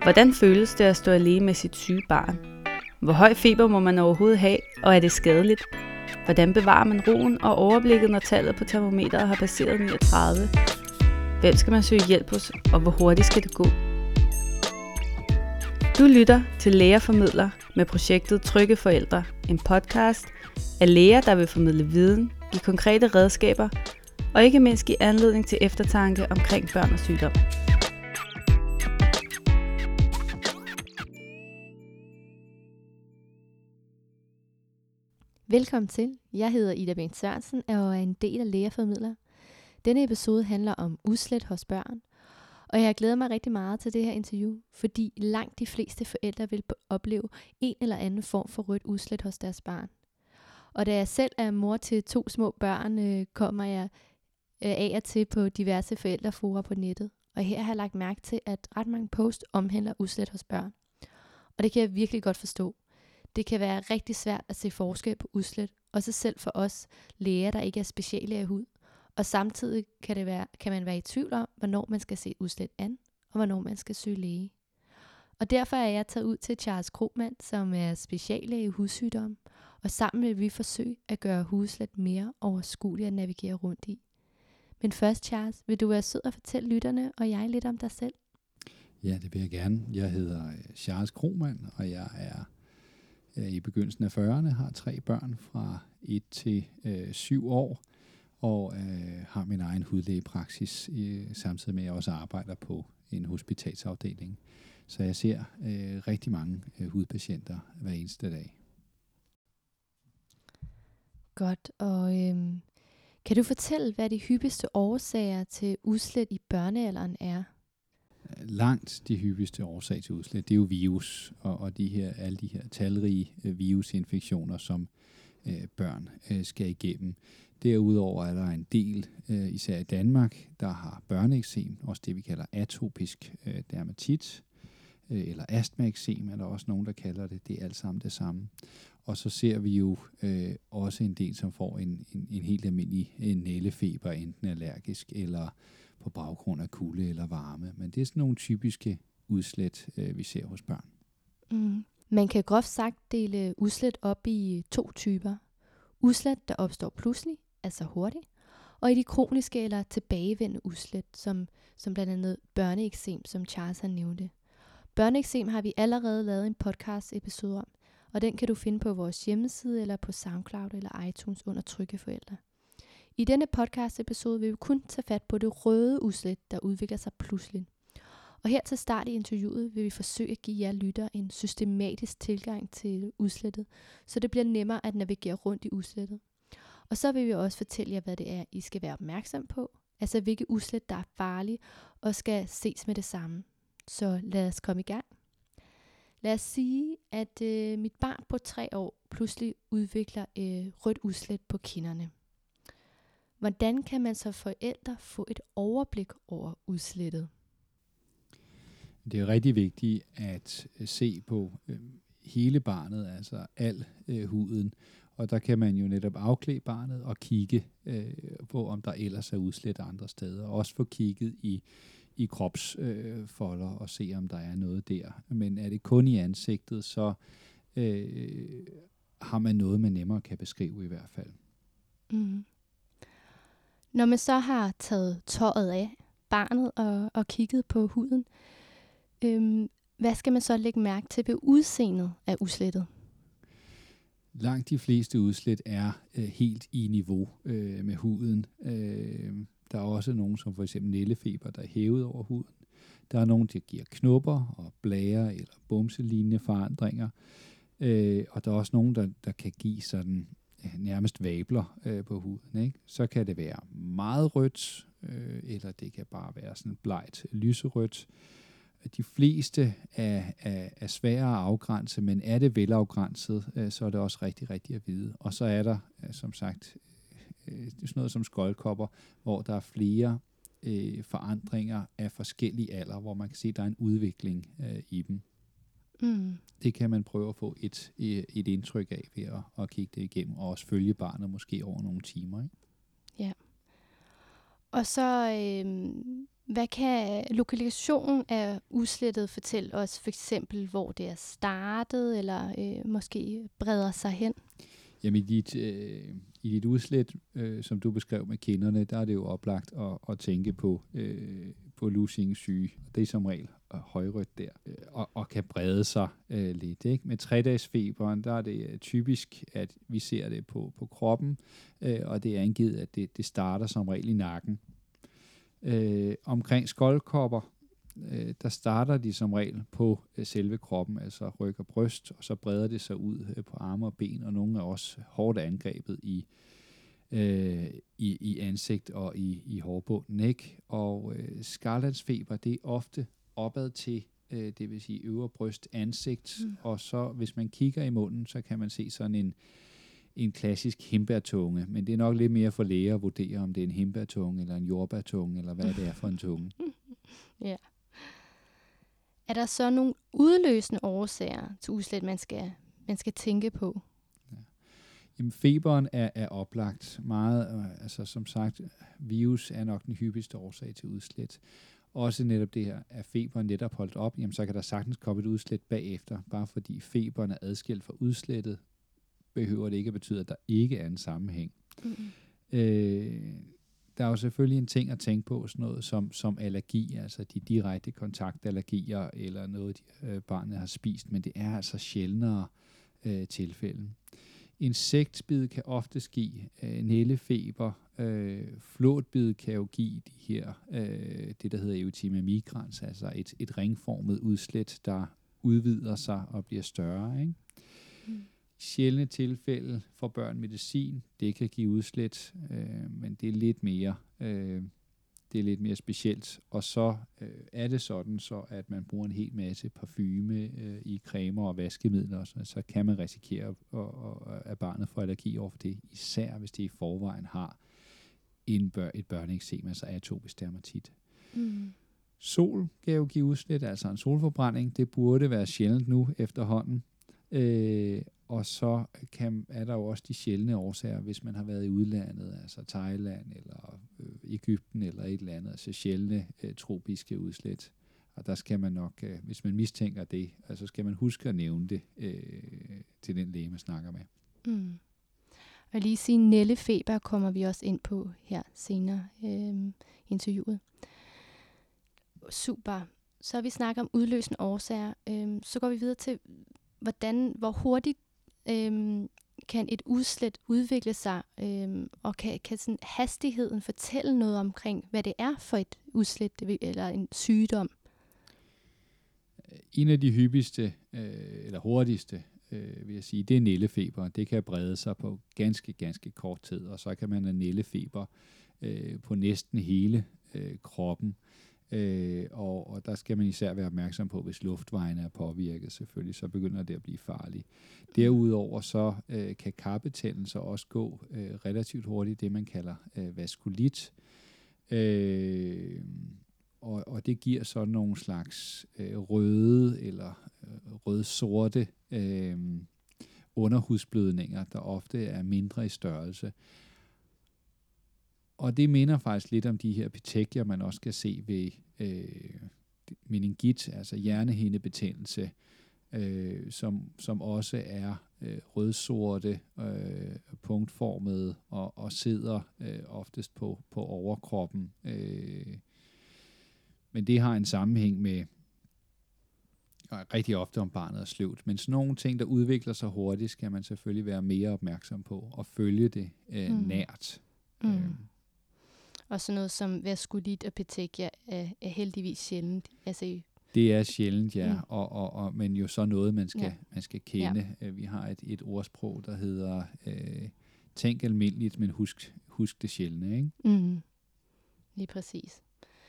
Hvordan føles det at stå alene med sit syge barn? Hvor høj feber må man overhovedet have, og er det skadeligt? Hvordan bevarer man roen og overblikket, når tallet på termometeret har passeret 39? Hvem skal man søge hjælp hos, og hvor hurtigt skal det gå? Du lytter til Læger Formidler med projektet Trygge Forældre, en podcast af læger, der vil formidle viden, give konkrete redskaber og ikke mindst give anledning til eftertanke omkring børn og sygdom. Velkommen til. Jeg hedder Ida Bent Sørensen og er en del af Læger Formidler. Denne episode handler om udslæt hos børn. Og jeg glæder mig rigtig meget til det her interview, fordi langt de fleste forældre vil opleve en eller anden form for rødt udslæt hos deres barn. Og da jeg selv er mor til 2 små børn, kommer jeg af og til på diverse forældrefora på nettet. Og her har jeg lagt mærke til, at ret mange posts omhandler udslæt hos børn. Og det kan jeg virkelig godt forstå. Det kan være rigtig svært at se forskel på udslæt, også selv for os læger, der ikke er speciallæger i hud. Og samtidig kan man være i tvivl om, hvornår man skal se udslæt an, og hvornår man skal søge læge. Og derfor er jeg taget ud til Charles Krohmann, som er speciallæge i hudsygdomme, og sammen vil vi forsøge at gøre hudslæt mere overskueligt at navigere rundt i. Men først, Charles, vil du være sød og fortælle lytterne og jeg lidt om dig selv? Ja, det vil jeg gerne. Jeg hedder Charles Krohmann, og jeg er i begyndelsen af 40'erne, har 3 børn fra 1 til 7 år, og har min egen hudlægepraksis, samtidig med at jeg også arbejder på en hospitalsafdeling. Så jeg ser rigtig mange hudpatienter hver eneste dag. Godt, og kan du fortælle, hvad de hyppigste årsager til udslæt i børnealderen er? Langt de hyppigste årsager til udslæt, det er jo virus, og alle de her talrige virusinfektioner, som børn skal igennem. Derudover er der en del, især i Danmark, der har børneeksem, også det vi kalder atopisk dermatit, eller astmaeksem er der også nogen, der kalder det. Det er alt sammen det samme. Og så ser vi jo også en del, som får en helt almindelig nældefeber, enten allergisk eller på baggrund af kulde eller varme. Men det er sådan nogle typiske udslæt, vi ser hos børn. Man kan groft sagt dele udslæt op i 2 typer. Udslæt, der opstår pludselig, altså hurtigt, og i de kroniske eller tilbagevendende udslæt, som blandt andet børneeksem, som Charles har nævnte. Børneeksem har vi allerede lavet en podcast episode om, og den kan du finde på vores hjemmeside eller på SoundCloud eller iTunes under Trygge Forældre. I denne podcast episode vil vi kun tage fat på det røde udslæt, der udvikler sig pludseligt. Og her til start i interviewet vil vi forsøge at give jer lyttere en systematisk tilgang til udslættet, så det bliver nemmere at navigere rundt i udslættet. Og så vil vi også fortælle jer, hvad det er, I skal være opmærksom på, altså hvilke udslæt, der er farlige og skal ses med det samme. Så lad os komme i gang. Lad os sige, at mit barn på 3 år pludselig udvikler rødt udslæt på kinderne. Hvordan kan man så forældre få et overblik over udslættet? Det er rigtig vigtigt at se på hele barnet, altså al huden. Og der kan man jo netop afklæde barnet og kigge på, om der ellers er udslæt andre steder. Også få kigget i kropsfolder og se, om der er noget der. Men er det kun i ansigtet, så har man noget, man nemmere kan beskrive i hvert fald. Mm. Når man så har taget tøjet af barnet og kigget på huden, hvad skal man så lægge mærke til ved udseendet af udslættet? Langt de fleste udslæt er helt i niveau med huden. Der er også nogen, som for eksempel nældefeber, der er hævet over huden. Der er nogen, der giver knopper og blærer eller bumselignende forandringer. Og der er også nogen, der kan give sådan nærmest vabler på huden. Ikke? Så kan det være meget rødt, eller det kan bare være sådan blegt lyserødt. De fleste er svære at afgrænse, men er det velafgrænset, så er det også rigtig, rigtig at vide. Og så er der, som sagt, sådan noget som skoldkopper, hvor der er flere forandringer af forskellige alder, hvor man kan se, at der er en udvikling i dem. Det kan man prøve at få et indtryk af ved at kigge det igennem, og også følge barnet måske over nogle timer. Ikke? Ja. Og så Hvad kan lokalisationen af udslettet fortælle os, for eksempel hvor det er startet, eller måske breder sig hen? Jamen i dit udslet, som du beskrev med kinderne, der er det jo oplagt at tænke på lusingsyge. Det er som regel højrødt der, og kan brede sig lidt. Ikke? Med 3-dagesfeberen, der er det typisk, at vi ser det på kroppen, og det er angivet, at det starter som regel i nakken. Omkring skoldkopper, der starter de som regel på selve kroppen, altså ryg og bryst, og så breder det sig ud på arme og ben, og nogle er også hårdt angrebet i ansigt og i hårbunden. Ikke? Og skarlatsfeber, det er ofte opad til, det vil sige øvre bryst, ansigt, og så hvis man kigger i munden, så kan man se sådan en klassisk hindbærtunge, men det er nok lidt mere for læger at vurdere, om det er en hindbærtunge eller en jordbærtunge, eller hvad det er for en tunge. Ja. Er der så nogle udløsende årsager til udslæt, man skal tænke på? Ja. Jamen, feberen er oplagt meget. Altså som sagt, virus er nok den hyppigste årsag til udslæt. Også netop det her, er feberen netop holdt op, jamen så kan der sagtens komme et udslæt bagefter, bare fordi feberen er adskilt fra udslættet, behøver det ikke at betyde, at der ikke er en sammenhæng. Der er jo selvfølgelig en ting at tænke på, sådan noget som allergi, altså de direkte kontaktallergier, eller noget, barnet har spist, men det er altså sjældnere tilfælde. Insektbid kan ofte give nældefeber. Flåtbid kan jo give de her, det der hedder erythema migrans, altså et ringformet udslæt, der udvider sig og bliver større, ikke? Sjældne tilfælde for børn medicin, det kan give udslæt, men det er lidt mere specielt. Og så er det sådan, så at man bruger en hel masse parfume i cremer og vaskemidler, så kan man risikere, at barnet får allergi over for det, især hvis det i forvejen har et børneeksem, altså atopisk dermatit. Sol kan jo give udslæt, altså en solforbrænding, det burde være sjældent nu efterhånden. Og så er der jo også de sjældne årsager, hvis man har været i udlandet, altså Thailand eller Egypten eller et eller andet, altså sjældne tropiske udslæt. Og der skal man nok, hvis man mistænker det, altså skal man huske at nævne det til den læge, man snakker med. Og lige sige, nældefeber kommer vi også ind på her senere i interviewet. Super. Så har vi snakket om udløsende årsager. Så går vi videre til, hvor hurtigt kan et udslæt udvikle sig, og kan sådan hastigheden fortælle noget omkring, hvad det er for et udslæt eller en sygdom? En af de hyppigste, eller hurtigste, vil jeg sige, det er nældefeber. Det kan brede sig på ganske, ganske kort tid, og så kan man have nældefeber på næsten hele kroppen. Og der skal man især være opmærksom på, hvis luftvejene er påvirket selvfølgelig, så begynder det at blive farligt. Derudover så kan kappetændelser også gå relativt hurtigt, det man kalder vaskulit. Og det giver sådan nogle slags røde eller rødsorte underhudsblødninger, der ofte er mindre i størrelse. Og det minder faktisk lidt om de her petekier, man også kan se ved meningit, altså hjernehindebetændelse, som også er rødsorte, punktformede og sidder oftest på overkroppen. Men det har en sammenhæng med rigtig ofte om barnet er sløvt. Men sådan nogle ting, der udvikler sig hurtigt, skal man selvfølgelig være mere opmærksom på og følge det nært. Og sådan noget som vaskulit og petekia er heldigvis sjældent. Altså, det er sjældent, ja, men jo så noget, man skal kende. Ja. Vi har et ordsprog, der hedder tænk almindeligt, men husk det sjældne, ikke? Lige præcis.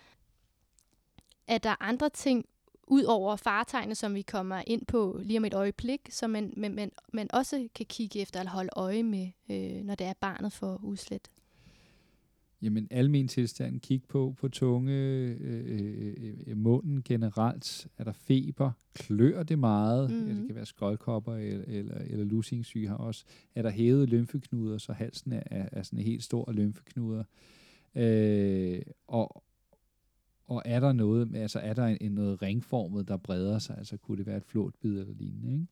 Er der andre ting, ud over fartegne, som vi kommer ind på lige om et øjeblik, som man også kan kigge efter eller holde øje med, når det er barnet for udslæt? Jamen, almen tilstand, kig på tunge, munden generelt. Er der feber? Klør det meget? Det kan være skoldkopper eller lusingsyge her også. Er der hævede lymfeknuder, så halsen er sådan en helt stor lymfeknuder? Og er der noget, altså er der noget ringformet, der breder sig, altså kunne det være et flåtbid eller lignende, ikke?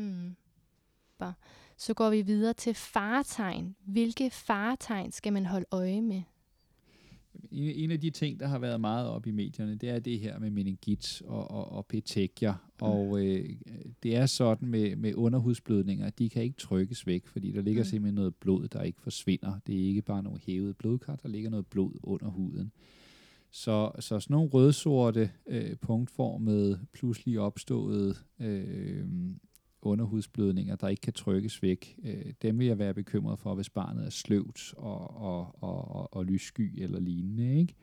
Så går vi videre til faretegn. Hvilke faretegn skal man holde øje med? En af de ting, der har været meget op i medierne, det er det her med meningit og petechier. Og det er sådan med underhudsblødninger, at de kan ikke trykkes væk, fordi der ligger simpelthen noget blod, der ikke forsvinder. Det er ikke bare nogle hævede blodkar, der ligger noget blod under huden. Så sådan nogle rødsorte, punktformede, pludselig opståede underhudsblødninger, der ikke kan trykkes væk, dem vil jeg være bekymret for, hvis barnet er sløvt og lyssky eller lignende, ikke?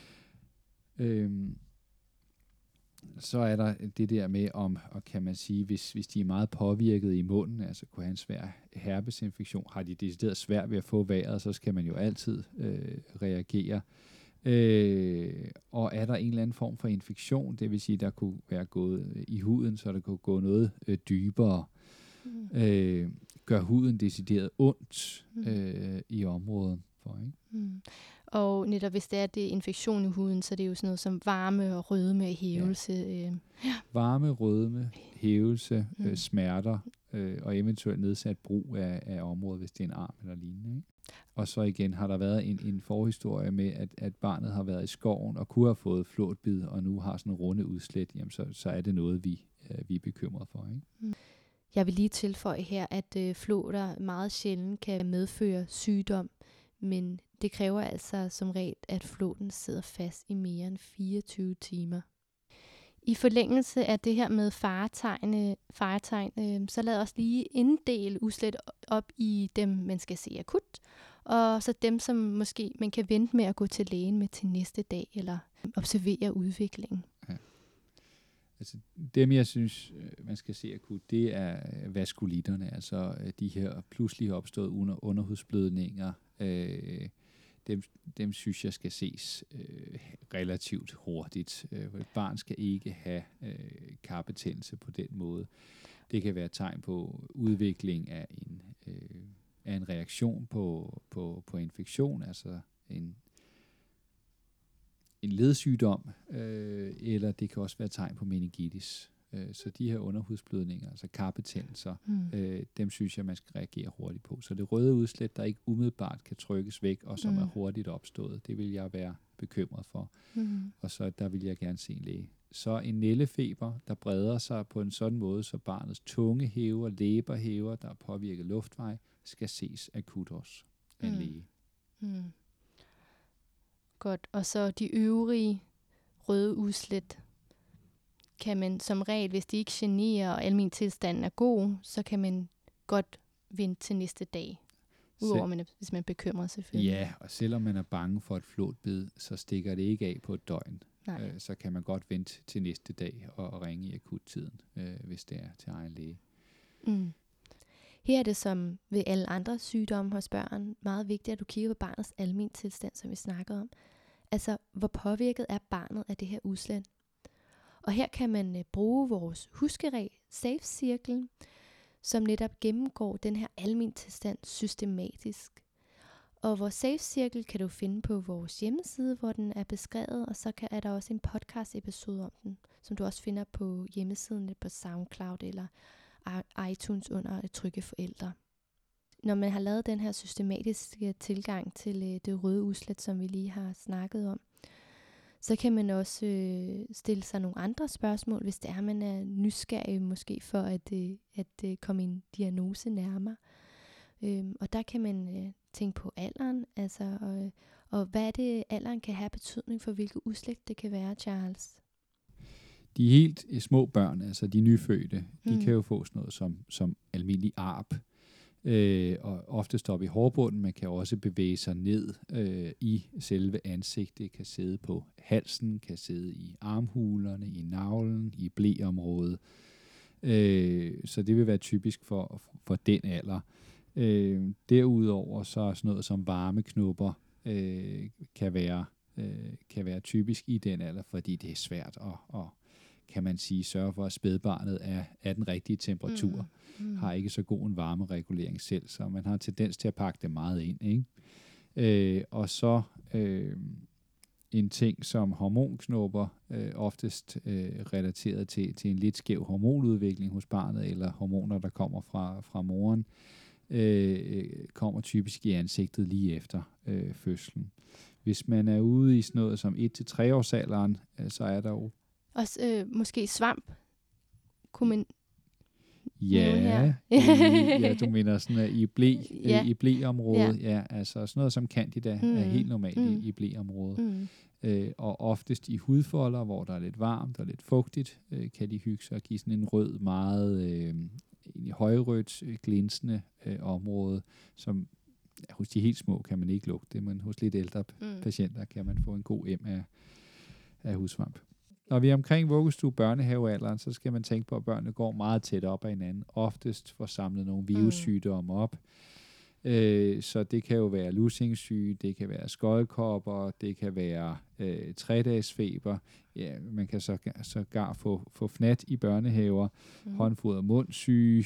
Så er der det der med, og kan man sige, hvis de er meget påvirket i munden, altså kunne have en svær herpesinfektion, har de decideret svært ved at få vejret, så skal man jo altid reagere. Og er der en eller anden form for infektion, det vil sige, der kunne være gået i huden, så der kunne gå noget dybere, gør huden decideret ondt i området. Ikke? Og netop hvis det er infektion i huden, så er det jo sådan noget som varme og rødme og hævelse. Ja. Varme, rødme, hævelse, smerter og eventuelt nedsat brug af området, hvis det er en arm eller lignende. Ikke? Og så igen har der været en forhistorie med, at barnet har været i skoven og kunne have fået flåtbid, og nu har sådan en runde udslæt, jamen så er det noget, vi er bekymret for. Ikke? Jeg vil lige tilføje her, at flåter meget sjældent kan medføre sygdom, men det kræver altså som regel, at flåten sidder fast i mere end 24 timer. I forlængelse af det her med faretegn, så lad os lige inddele udslæt op i dem, man skal se akut, og så dem, som måske man kan vente med at gå til lægen med til næste dag, eller observere udviklingen. Ja. Altså dem, jeg synes, man skal se akut, det er vaskulitterne, altså de her pludselig opståede underhudsblødninger. Dem synes jeg skal ses relativt hurtigt. Et barn skal ikke have karpetændelse på den måde. Det kan være et tegn på udvikling af en reaktion på infektion, altså en ledsygdom, eller det kan også være et tegn på meningitis. Så de her underhudsblødninger, altså karpetændelser, dem synes jeg, man skal reagere hurtigt på. Så det røde udslæt, der ikke umiddelbart kan trykkes væk, og som er hurtigt opstået, det vil jeg være bekymret for. Og så der vil jeg gerne se en læge. Så en nældefeber, der breder sig på en sådan måde, så barnets tunge hæver, læber hæver, der er påvirket luftvej, skal ses akut også af en læge. Godt, og så de øvrige røde udslæt, kan man som regel, hvis de ikke generer, og almen tilstanden er god, så kan man godt vente til næste dag. Udover hvis man bekymrer selvfølgelig. Ja, og selvom man er bange for et flåtbid, så stikker det ikke af på et døgn. Så kan man godt vente til næste dag og ringe i akuttiden, hvis det er til egen læge. Her er det som ved alle andre sygdomme hos børn meget vigtigt, at du kigger på barnets almen tilstand, som vi snakkede om. Altså, hvor påvirket er barnet af det her udslæt? Og her kan man bruge vores huskeregel, Safe Circle, som netop gennemgår den her almen tilstand systematisk. Og vores Safe Circle kan du finde på vores hjemmeside, hvor den er beskrevet, og så er der også en podcast episode om den, som du også finder på hjemmesiden på SoundCloud eller iTunes under Trygge Forældre. Når man har lavet den her systematiske tilgang til det røde udslæt, som vi lige har snakket om, så kan man også stille sig nogle andre spørgsmål, hvis det er, man er nysgerrig måske for at komme en diagnose nærmere. Og der kan man tænke på alderen, altså, og hvad er det, alderen kan have betydning for, hvilke udslæt det kan være, Charles? De helt små børn, altså de nyfødte, de kan jo få sådan noget som almindelig arp. Og ofte stoppe i hårbunden, man kan også bevæge sig ned i selve ansigtet, kan sidde på halsen, kan sidde i armhulerne, i navlen, i blæområdet. Så det vil være typisk for den alder. Derudover så er sådan noget som varmeknupper kan være typisk i den alder, fordi det er svært at kan man sige, sørge for, at spædbarnet er den rigtige temperatur, har ikke så god en varmeregulering selv, så man har tendens til at pakke det meget ind, ikke? Og så en ting som hormonknopper, oftest relateret til en lidt skæv hormonudvikling hos barnet, eller hormoner, der kommer fra moren, kommer typisk i ansigtet lige efter fødslen. Hvis man er ude i sådan noget som 1-3 årsalderen, så er der jo... Også måske svamp, kunne man... Ja, ja, du mener sådan i blæområdet. Ja, altså sådan noget som candida er helt normalt i blæområdet. Og oftest i hudfolder, hvor der er lidt varmt og lidt fugtigt, kan de hygge sig og give sådan en rød, meget højrødt, glinsende område, som hos de helt små kan man ikke lugte det, men hos lidt ældre patienter kan man få en god af hudsvamp. Når vi er omkring vuggestue børnehavealderen, så skal man tænke på, at børnene går meget tæt op ad hinanden. Oftest får samlet nogle virussygdomme op. Så det kan jo være lussingsyge, det kan være skoldkopper, det kan være 3-dagesfeber. Ja, man kan sågar få fnat i børnehaver, håndfod- og mundsyge.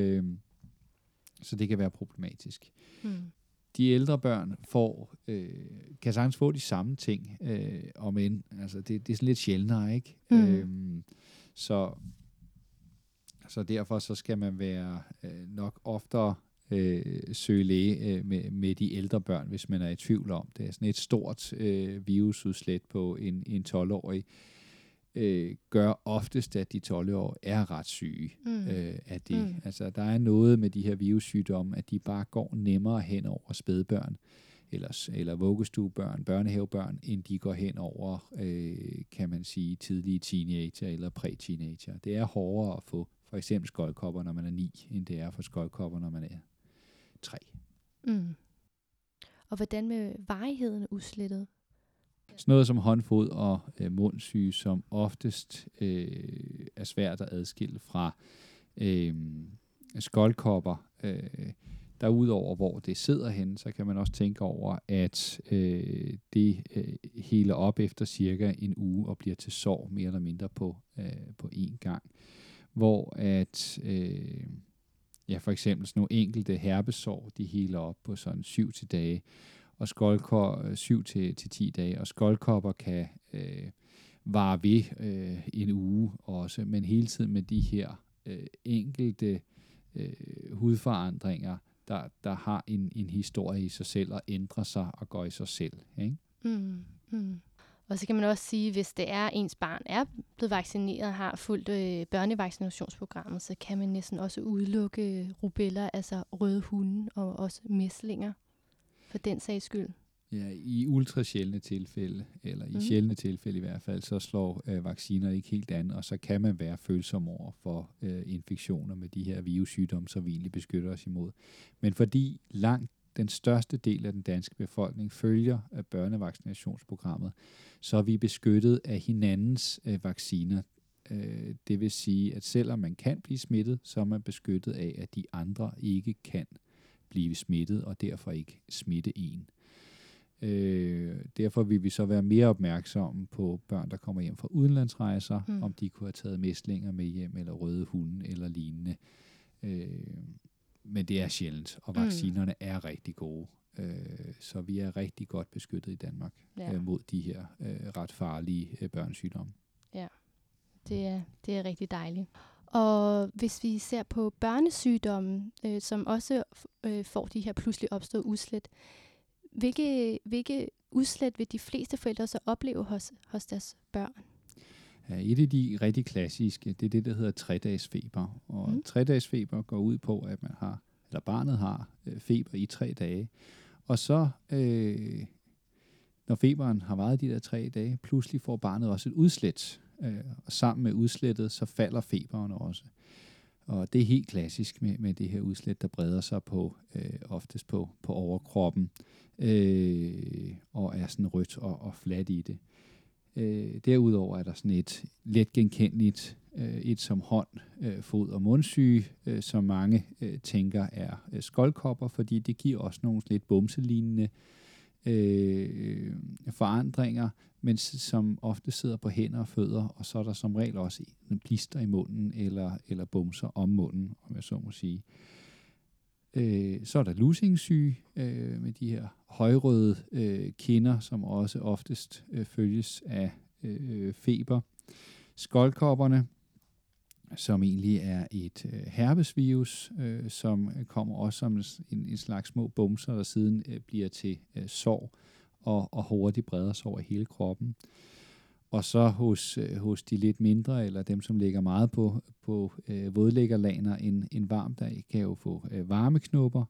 Så det kan være problematisk. De ældre børn kan sagtens få de samme ting, altså det er sådan lidt sjældnere, ikke? Så derfor så skal man være nok oftere søge læge med de ældre børn, hvis man er i tvivl om det. Er sådan et stort virusudslæt på en 12-årig gør oftest, at de 12-årige er ret syge af det. Altså, der er noget med de her virussygdomme, at de bare går nemmere hen over spædbørn, eller vuggestuebørn, børnehavebørn, end de går hen over, kan man sige, tidlige teenager eller præ-teenager. Det er hårdere at få for eksempel skoldkopper, når man er 9, end det er for skoldkopper, når man er 3. Og hvordan med varigheden af udslættet? Sådan noget som håndfod og mundsyge, som oftest er svært at adskille fra skoldkopper. Derudover, hvor det sidder henne, så kan man også tænke over, at det heler op efter cirka en uge og bliver til sår mere eller mindre på én gang. Hvor at for eksempel sådan nogle enkelte herpesår, de heler op på sådan 7 dage, og 7 til 10 dage, og skoldkopper kan vare ved en uge også, men hele tiden med de her enkelte hudforandringer, der har en historie i sig selv og ændrer sig og går i sig selv. Ikke? Og så kan man også sige, hvis det er ens barn er blevet vaccineret og har fulgt børnevaccinationsprogrammet, så kan man næsten også udelukke rubella, altså røde hunde og også mæslinger for den sags skyld. Ja, i ultra sjældne tilfælde, eller i sjældne tilfælde i hvert fald, så slår vacciner ikke helt an, og så kan man være følsom over for infektioner med de her virussygdomme, så vi egentlig beskytter os imod. Men fordi langt den største del af den danske befolkning følger af børnevaccinationsprogrammet, så er vi beskyttet af hinandens vacciner. Det vil sige, at selvom man kan blive smittet, så er man beskyttet af, at de andre ikke kan blive smittet, og derfor ikke smitte en. Derfor vil vi så være mere opmærksomme på børn, der kommer hjem fra udenlandsrejser, om de kunne have taget mæslinger med hjem, eller røde hunde, eller lignende. Men det er sjældent, og vaccinerne er rigtig gode. Så vi er rigtig godt beskyttet i Danmark mod de her ret farlige børnesygdomme. Ja, det er rigtig dejligt. Og hvis vi ser på børnesygdomme, som også får de her pludselig opståede udslæt, hvilke udslæt vil de fleste forældre så opleve hos deres børn? Ja, et af de rigtig klassiske, det er det, der hedder 3-dages-feber. Og 3-dages-feber går ud på, at barnet har feber i 3 dage. Og så, når feberen har varet de der 3 dage, pludselig får barnet også et udslæt. Og sammen med udslættet, så falder feberen også. Og det er helt klassisk med det her udslæt, der breder sig på oftest på overkroppen, og er sådan rødt og fladt i det. Derudover er der sådan et let genkendeligt, et som hånd, fod og mundsyge, som mange tænker er skoldkopper, fordi det giver også nogle lidt bumselignende forandringer, men som ofte sidder på hænder og fødder, og så er der som regel også en blister i munden, eller bumser om munden, om jeg så må sige. Så er der lussingsyge med de her højrøde kinder, som også oftest følges af feber. Skoldkopperne, som egentlig er et herpesvirus, som kommer også som en slags små bumser, der siden bliver til sår og hurtigt breder sig over hele kroppen. Og så hos de lidt mindre, eller dem, som ligger meget på vådlæggerlaner, en varm dag, kan jo få varmeknupper.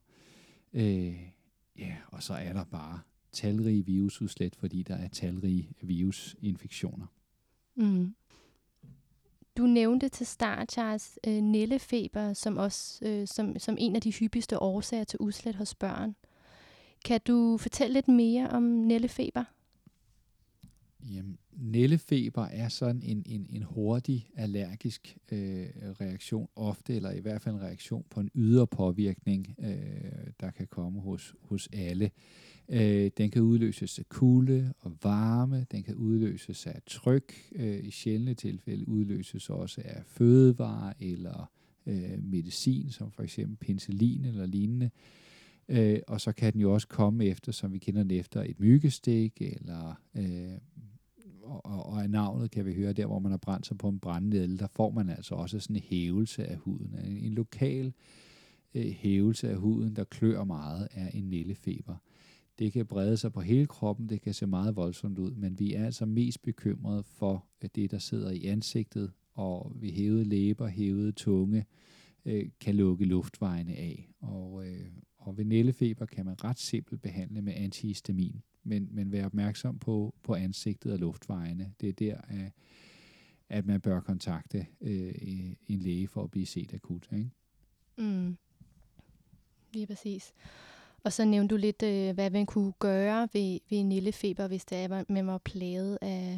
Og så er der bare talrige virusudslæt, fordi der er talrige virusinfektioner. Mm. Du nævnte til start, Charles, nældefeber som også som en af de hyppigste årsager til udslæt hos børn. Kan du fortælle lidt mere om nældefeber? Jamen, nældefeber er sådan en hurtig allergisk reaktion, ofte, eller i hvert fald en reaktion på en ydre påvirkning, der kan komme hos alle. Den kan udløses af kulde og varme, den kan udløses af tryk, i sjældne tilfælde udløses også af fødevarer eller medicin, som for eksempel penicillin eller lignende. Og så kan den jo også komme efter, som vi kender den efter, et myggestik, eller og af navnet kan vi høre, der hvor man har brændt sig på en brændnedel, der får man altså også sådan en hævelse af huden. En lokal hævelse af huden, der klør meget, er en nældefeber. Det kan brede sig på hele kroppen, det kan se meget voldsomt ud, men vi er altså mest bekymrede for det, der sidder i ansigtet, og ved hævede læber, hævede tunge, kan lukke luftvejene af. Og ved nældefeber kan man ret simpelt behandle med antihistamin, men være opmærksom på ansigtet og luftvejene. Det er der, at man bør kontakte en læge for at blive set akut. Ikke? Mm. Lige præcis. Og så nævnte du lidt, hvad man kunne gøre ved nældefeber, hvis det er, man var plaget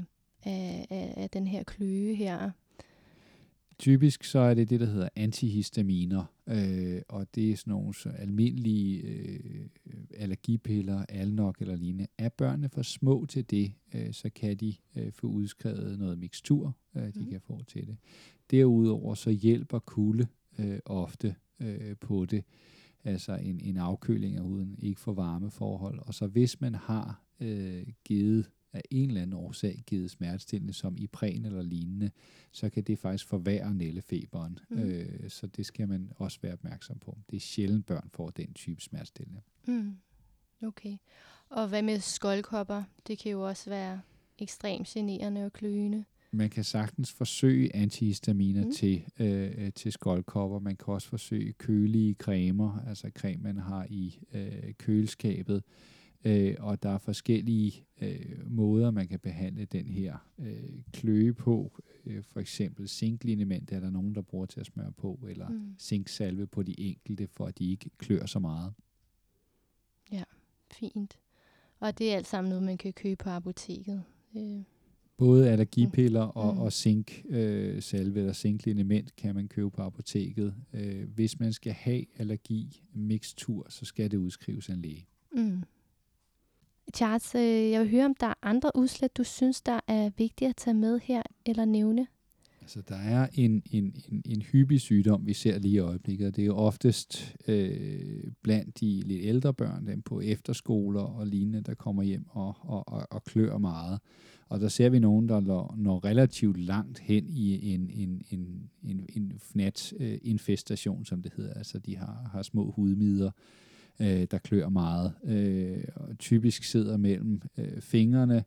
af den her kløe her. Typisk så er det, der hedder antihistaminer, og det er sådan nogle almindelige allergipiller, Alnok eller lignende. Er børnene for små til det, så kan de få udskrevet noget mixtur, de kan få til det. Derudover så hjælper kulde ofte på det, altså en afkøling af huden, ikke for varme forhold. Og så hvis man har givet af en eller anden årsag givet smertestillende som Ipren eller lignende, så kan det faktisk forværre nældefeberen. Så det skal man også være opmærksom på. Det er sjældent, børn får den type smertestillende. Okay. Og hvad med skoldkopper? Det kan jo også være ekstremt generende og kløende. Man kan sagtens forsøge antihistaminer til skoldkopper. Man kan også forsøge kølige cremer, altså creme, man har i køleskabet. Og der er forskellige måder, man kan behandle den her kløe på. For eksempel zinkliniment er der nogen, der bruger til at smøre på, eller zinksalve på de enkelte, for at de ikke klør så meget. Ja, fint. Og det er alt sammen noget, man kan købe på apoteket. Både allergipiller og zinksalve eller zinkliniment kan man købe på apoteket. Hvis man skal have allergi-mixtur, så skal det udskrives af en læge. Charles, jeg vil høre, om der er andre udslæt, du synes, der er vigtigt at tage med her eller nævne? Altså, der er en hyppig sygdom, vi ser lige i øjeblikket, og det er jo oftest blandt de lidt ældre børn, dem på efterskoler og lignende, der kommer hjem og klør meget. Og der ser vi nogen, der når relativt langt hen i en fnatinfestation, som det hedder. Altså, de har små hudmider, der klør meget. Og typisk sidder mellem fingrene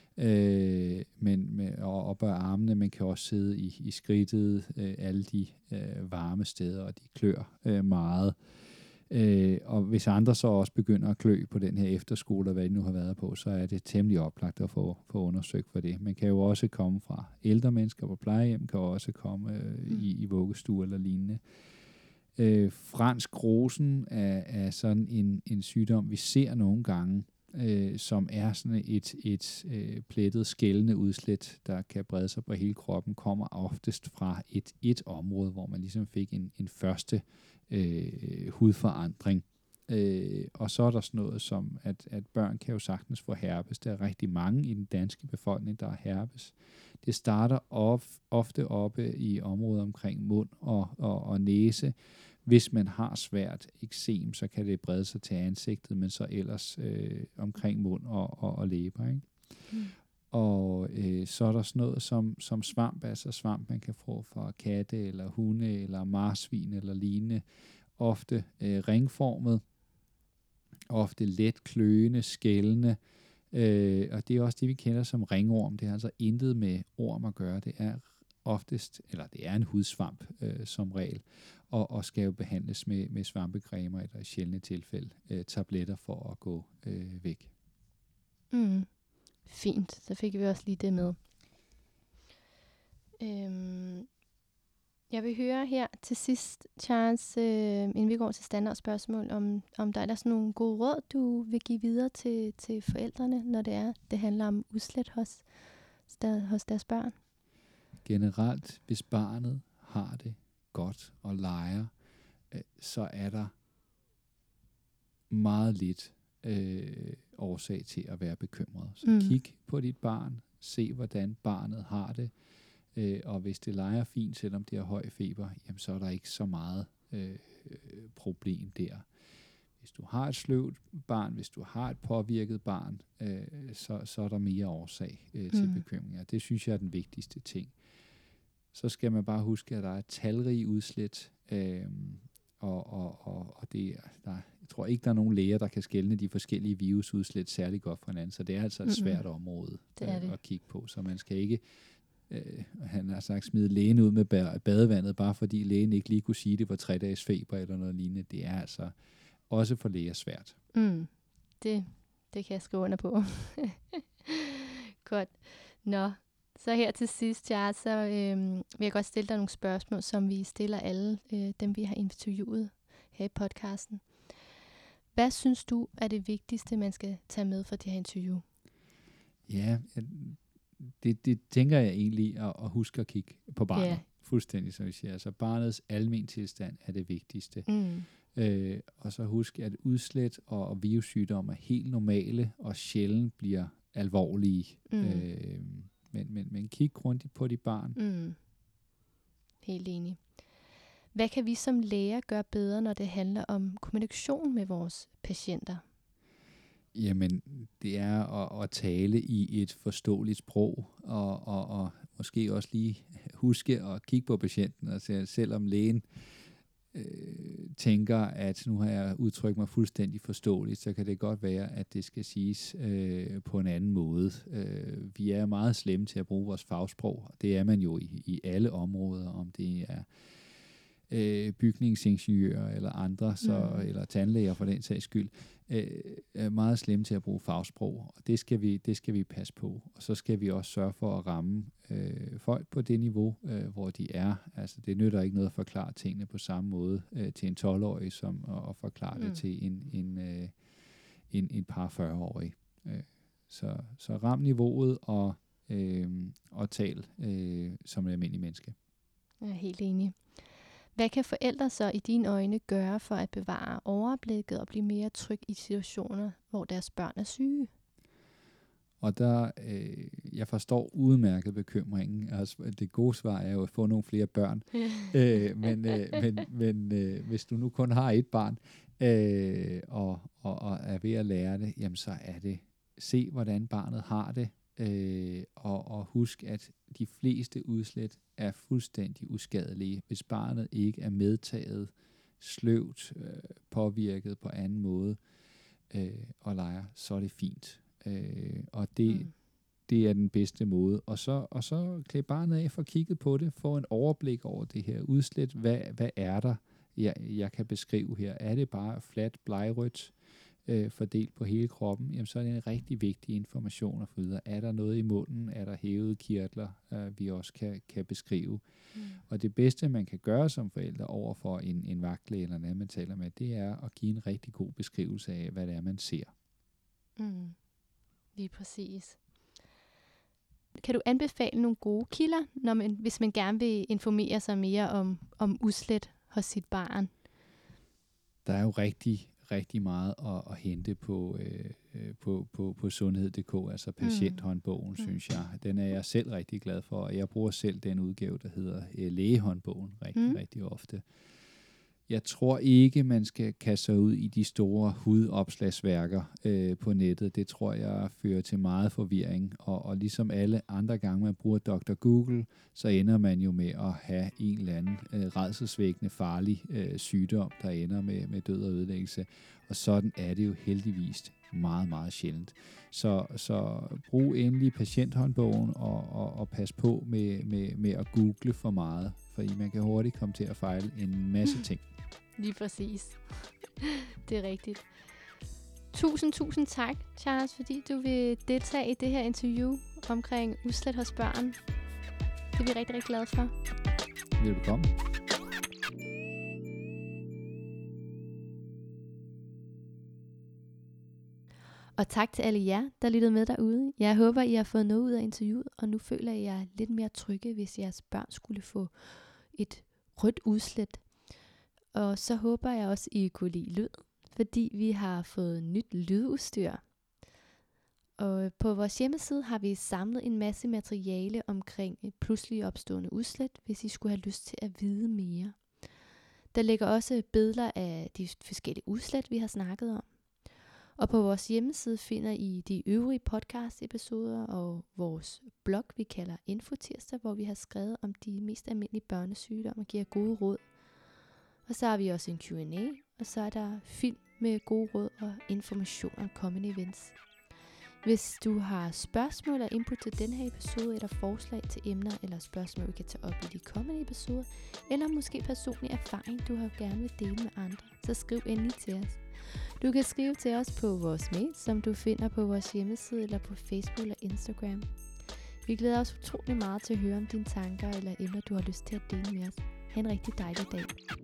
og op ad armene, men kan også sidde i skridtet, alle de varme steder, og de klør meget. Og hvis andre så også begynder at klø på den her efterskole, hvad de nu har været på, så er det temmelig oplagt at få undersøgt for det. Man kan jo også komme fra ældre mennesker på plejehjem, kan også komme i vuggestue eller lignende. Fransk rosen er sådan en sygdom, vi ser nogle gange, som er sådan et plettet skældende udslæt, der kan brede sig på hele kroppen, kommer oftest fra et område, hvor man ligesom fik en første hudforandring. Og så er der sådan noget som, at børn kan jo sagtens få herpes. Der er rigtig mange i den danske befolkning, der har herpes. Det starter ofte oppe i området omkring mund og næse, Hvis man har svært eksem, så kan det brede sig til ansigtet, men så ellers omkring mund og læber. Ikke? Og så er der sådan noget som svamp, altså svamp, man kan få fra katte, eller hunde, eller marsvin, eller lignende. Ofte ringformet, ofte let kløende, skældende, og det er også det, vi kender som ringorm. Det har altså intet med orm at gøre. Det er oftest, eller det er en hudsvamp som regel, og skal jo behandles med svampecremer, eller i sjældne tilfælde tabletter for at gå væk. Fint, så fik vi også lige det med. Jeg vil høre her til sidst, Charles, inden vi går til standardspørgsmål, om der er sådan nogle gode råd, du vil give videre til forældrene, når det handler om udslæt hos deres børn. Generelt, hvis barnet har det godt og leger, så er der meget lidt årsag til at være bekymret. Så kig på dit barn, se hvordan barnet har det, og hvis det leger fint, selvom det har høj feber, jamen, så er der ikke så meget problem der. Hvis du har et sløvt barn, hvis du har et påvirket barn, så er der mere årsag til bekymringer. Det synes jeg er den vigtigste ting. Så skal man bare huske, at der er talrige udslæt, og det jeg tror ikke, der er nogen læger, der kan skelne de forskellige virusudslæt særlig godt fra hinanden, så det er altså et svært område at kigge på, så man skal ikke han har sagt smide lægen ud med badevandet, bare fordi lægen ikke lige kunne sige, det var 3 dages feber eller noget lignende. Det er altså også for læger svært. Det kan jeg skrive under på. Godt. Nå, så her til sidst, Charles, så vil jeg godt stille dig nogle spørgsmål, som vi stiller alle dem, vi har interviewet her i podcasten. Hvad synes du er det vigtigste, man skal tage med for det her interview? Ja, det tænker jeg egentlig at huske at kigge på barnet. Yeah. Fuldstændig, som vi siger. Altså barnets almen tilstand er det vigtigste. Og så husk, at udslæt og virussygdomme er helt normale og sjældent bliver alvorlige. Men kig grundigt på dit barn. Helt enig. Hvad kan vi som læger gøre bedre, når det handler om kommunikation med vores patienter? Jamen, det er at tale i et forståeligt sprog, og måske også lige huske at kigge på patienten, og selvom lægen tænker, at nu har jeg udtrykt mig fuldstændig forståeligt, så kan det godt være, at det skal siges på en anden måde. Vi er meget slemme til at bruge vores fagsprog, og det er man jo i alle områder, om det er bygningsingeniører eller andre, eller tandlæger for den sags skyld, er meget slemme til at bruge fagsprog, og det skal vi passe på. Og så skal vi også sørge for at ramme folk på det niveau, hvor de er. Altså det nytter ikke noget at forklare tingene på samme måde til en 12-årig, som at forklare det til en par 40-årig. Så ram niveauet og tal som en almindelig menneske. Jeg er helt enig. Hvad kan forældre så i dine øjne gøre for at bevare overblikket og blive mere tryg i situationer, hvor deres børn er syge? Og der, jeg forstår udmærket bekymringen. Altså, det gode svar er jo at få nogle flere børn. Men hvis du nu kun har et barn, og er ved at lære det, jamen så er det, se hvordan barnet har det, og husk, at de fleste udslæt er fuldstændig uskadelige. Hvis barnet ikke er medtaget, sløvt, påvirket på anden måde og leger, så er det fint. Og det er den bedste måde. Og så klæde barnet af for kigget på det, få en overblik over det her udslæt. Hvad er der, jeg kan beskrive her? Er det bare fladt blegrødt, fordelt på hele kroppen, jamen så er det en rigtig vigtig information at få videre. Er der noget i munden? Er der hævede kirtler, vi også kan beskrive? Og det bedste, man kan gøre som forældre over for en vagtlæge eller en anden, man taler med, det er at give en rigtig god beskrivelse af, hvad det er, man ser. Lige præcis. Kan du anbefale nogle gode kilder, hvis man gerne vil informere sig mere om udslæt hos sit barn? Der er jo rigtig meget at hente på sundhed.dk, altså patienthåndbogen, synes jeg. Den er jeg selv rigtig glad for, og jeg bruger selv den udgave, der hedder lægehåndbogen rigtig ofte. Jeg tror ikke, man skal kaste sig ud i de store hudopslagsværker på nettet. Det tror jeg fører til meget forvirring. Og ligesom alle andre gange, man bruger Dr. Google, så ender man jo med at have en eller anden rædselsvækkende farlig sygdom, der ender med død og ødelæggelse. Og sådan er det jo heldigvis meget, meget sjældent. Så brug endelig patienthåndbogen og pas på med at google for meget, fordi man kan hurtigt komme til at fejle en masse ting. Lige præcis. Det er rigtigt. Tusind tak, Charles, fordi du vil deltage i det her interview omkring udslæt hos børn. Det er vi rigtig, rigtig glade for. Velbekomme. Og tak til alle jer, der lyttede med derude. Jeg håber, I har fået noget ud af interviewet, og nu føler jeg jer lidt mere trygge, hvis jeres børn skulle få et rødt udslæt. Og så håber jeg også, I kunne lide lyd, fordi vi har fået nyt lydudstyr. Og på vores hjemmeside har vi samlet en masse materiale omkring pludselig opstående udslæt, hvis I skulle have lyst til at vide mere. Der ligger også billeder af de forskellige udslæt, vi har snakket om. Og på vores hjemmeside finder I de øvrige podcast-episoder og vores blog, vi kalder Infotirsdag, hvor vi har skrevet om de mest almindelige børnesygdomme og giver gode råd. Og så har vi også en Q&A, og så er der film med gode råd og information om kommende events. Hvis du har spørgsmål eller input til den her episode, eller forslag til emner eller spørgsmål, vi kan tage op i de kommende episoder, eller måske personlig erfaring, du har gerne vil dele med andre, så skriv endelig til os. Du kan skrive til os på vores mail, som du finder på vores hjemmeside eller på Facebook eller Instagram. Vi glæder os utrolig meget til at høre om dine tanker eller emner, du har lyst til at dele med os. Ha' en rigtig dejlig dag.